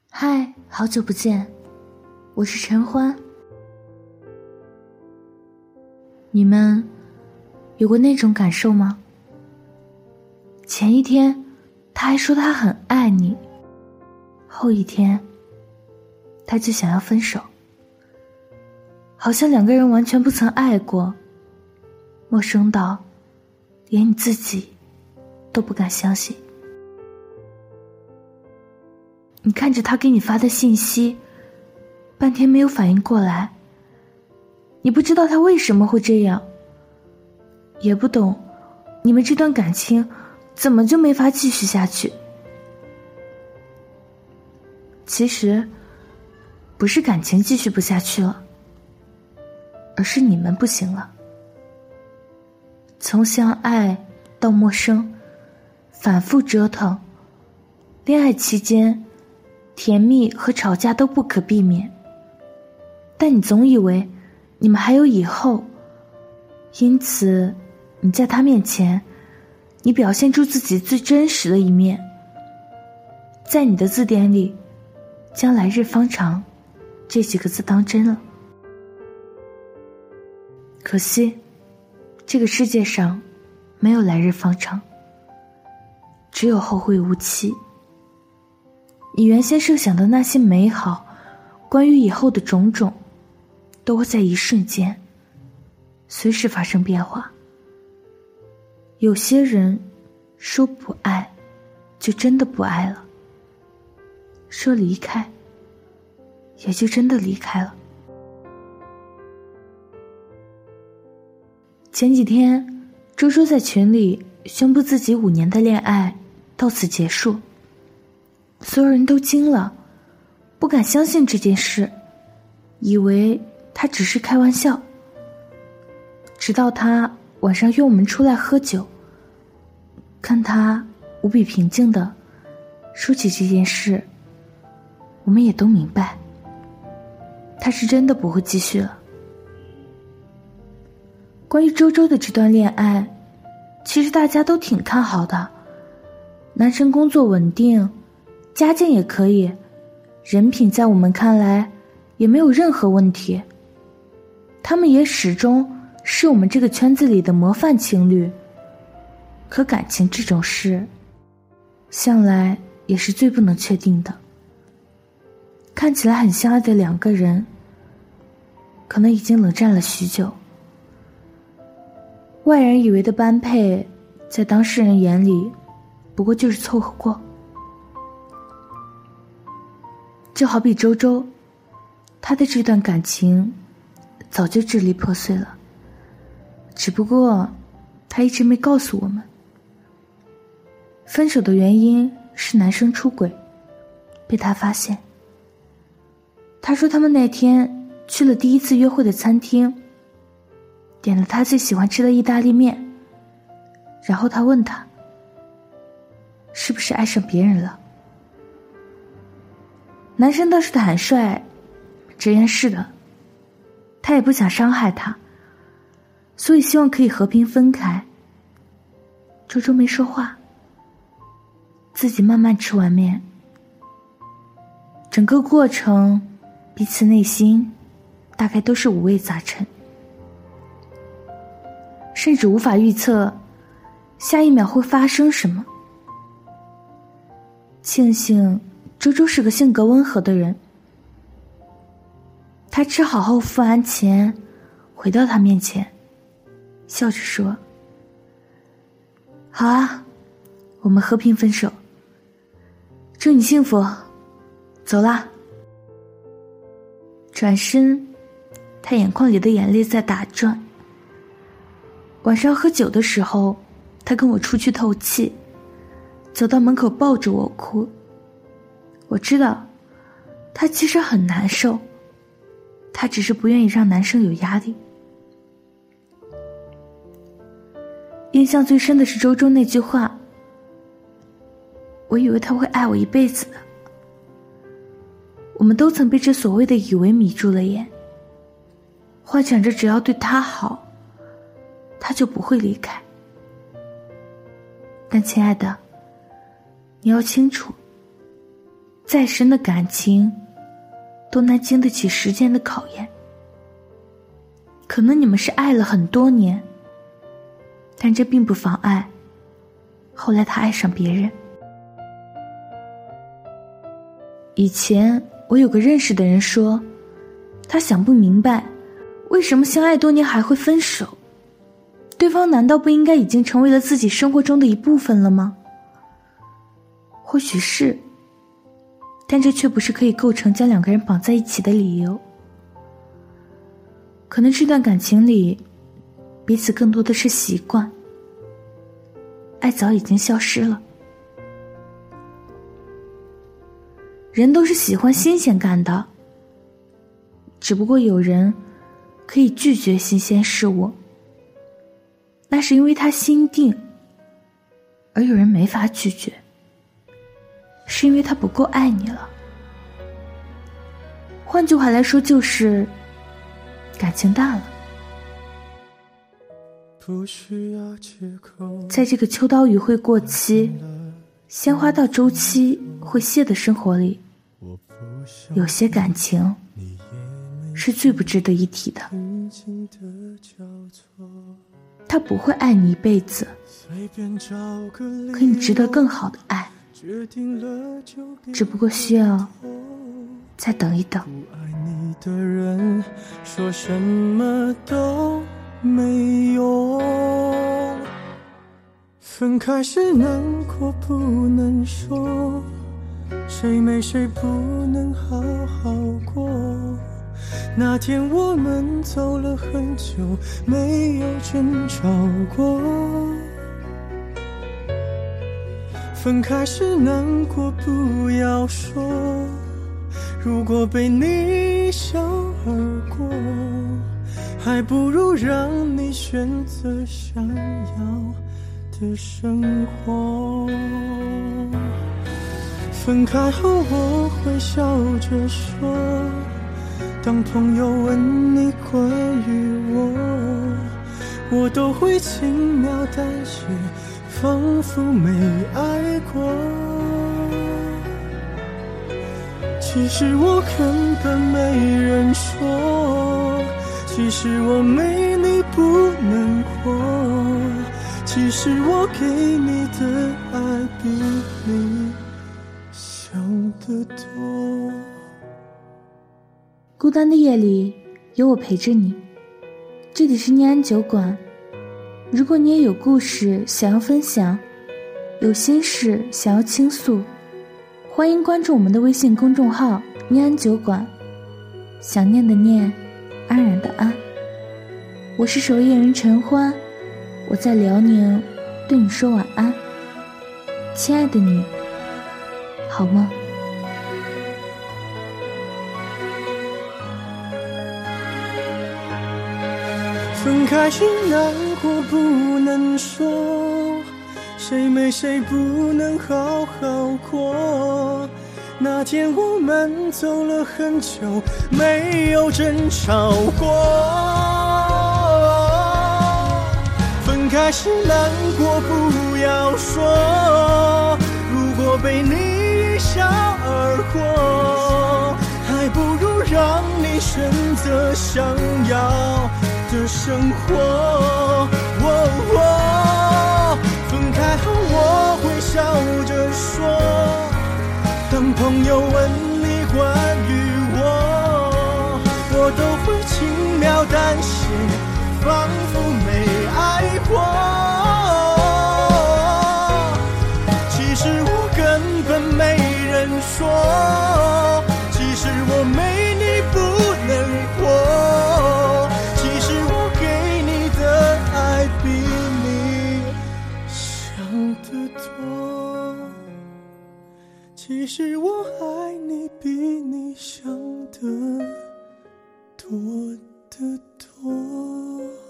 嗨，好久不见，我是陈欢。你们有过那种感受吗？前一天他还说他很爱你，后一天他就想要分手，好像两个人完全不曾爱过，陌生到连你自己都不敢相信。你看着他给你发的信息，半天没有反应过来，你不知道他为什么会这样，也不懂你们这段感情怎么就没法继续下去。其实不是感情继续不下去了，而是你们不行了。从相爱到陌生，反复折腾，恋爱期间甜蜜和吵架都不可避免，但你总以为你们还有以后，因此你在他面前，你表现出自己最真实的一面。在你的字典里，将来日方长这几个字当真了。可惜这个世界上没有来日方长，只有后会无期。你原先设想的那些美好，关于以后的种种，都会在一瞬间随时发生变化。有些人说不爱就真的不爱了，说离开也就真的离开了。前几天周周在群里宣布自己5年的恋爱到此结束，所有人都惊了，不敢相信这件事，以为他只是开玩笑。直到他晚上约我们出来喝酒，看他无比平静地说起这件事，我们也都明白，他是真的不会继续了。关于周周的这段恋爱，其实大家都挺看好的，男生工作稳定，家境也可以，人品在我们看来也没有任何问题，他们也始终是我们这个圈子里的模范情侣。可感情这种事，向来也是最不能确定的。看起来很相爱的两个人，可能已经冷战了许久。外人以为的般配，在当事人眼里不过就是凑合过。就好比周周，他的这段感情早就支离破碎了，只不过他一直没告诉我们。分手的原因是男生出轨，被他发现。他说他们那天去了第一次约会的餐厅，点了他最喜欢吃的意大利面，然后他问他是不是爱上别人了。男生倒是坦率，直言是的，他也不想伤害他，所以希望可以和平分开。周周没说话，自己慢慢吃完面。整个过程，彼此内心大概都是五味杂陈，甚至无法预测下一秒会发生什么。庆幸周周是个性格温和的人，他吃好后付完钱，回到他面前，笑着说：好啊，我们和平分手，祝你幸福，走啦。转身，他眼眶里的眼泪在打转。晚上喝酒的时候，他跟我出去透气，走到门口抱着我哭。我知道他其实很难受，他只是不愿意让男生有压力。印象最深的是周周那句话，我以为他会爱我一辈子的。我们都曾被这所谓的以为迷住了眼，幻想着只要对他好，他就不会离开。但亲爱的，你要清楚， 再深的感情都难经得起时间的考验。可能你们是爱了很多年，但这并不妨碍后来他爱上别人。以前我有个认识的人说，他想不明白为什么相爱多年还会分手，对方难道不应该已经成为了自己生活中的一部分了吗？或许是，但这却不是可以构成将两个人绑在一起的理由。可能这段感情里，彼此更多的是习惯，爱早已经消失了。人都是喜欢新鲜感的，只不过有人可以拒绝新鲜事物，那是因为他心定，而有人没法拒绝，是因为他不够爱你了。换句话来说，就是感情淡了。在这个秋刀鱼会过期，鲜花到周期会谢的生活里，有些感情是最不值得一提的。他不会爱你一辈子，可你值得更好的爱，只不过需要再等一等。 不爱你的人说什么都没用，分开时难过不能说，谁没谁不能好好过。那天我们走了很久，没有争吵过。分开时难过不要说，如果被你一笑而过，还不如让你选择想要的生活。分开后我会笑着说，当朋友问你关于我都会轻描淡写，仿佛没爱过。其实我根本没人说，其实我没你不能活，其实我给你的爱比你想得多。 孤单的夜里有我陪着你，这里是念安酒馆。如果你也有故事想要分享，有心事想要倾诉，欢迎关注我们的微信公众号念安酒馆，想念的念，安然的安。我是守夜人陈欢，我在辽宁对你说晚安，亲爱的你，好梦。 分开时难过不能说，谁没谁不能好好过。那天我们走了很久，没有争吵过。分开时难过不要说，如果被你一笑而过，还不如让你选择想要的生活。分开后我会笑着说，当朋友问你关于我都会轻描淡写，仿佛没爱过。其实我根本没人说，其实我没你不能活，其实我给你的爱比你想得多，其实我爱你比你想的多得多。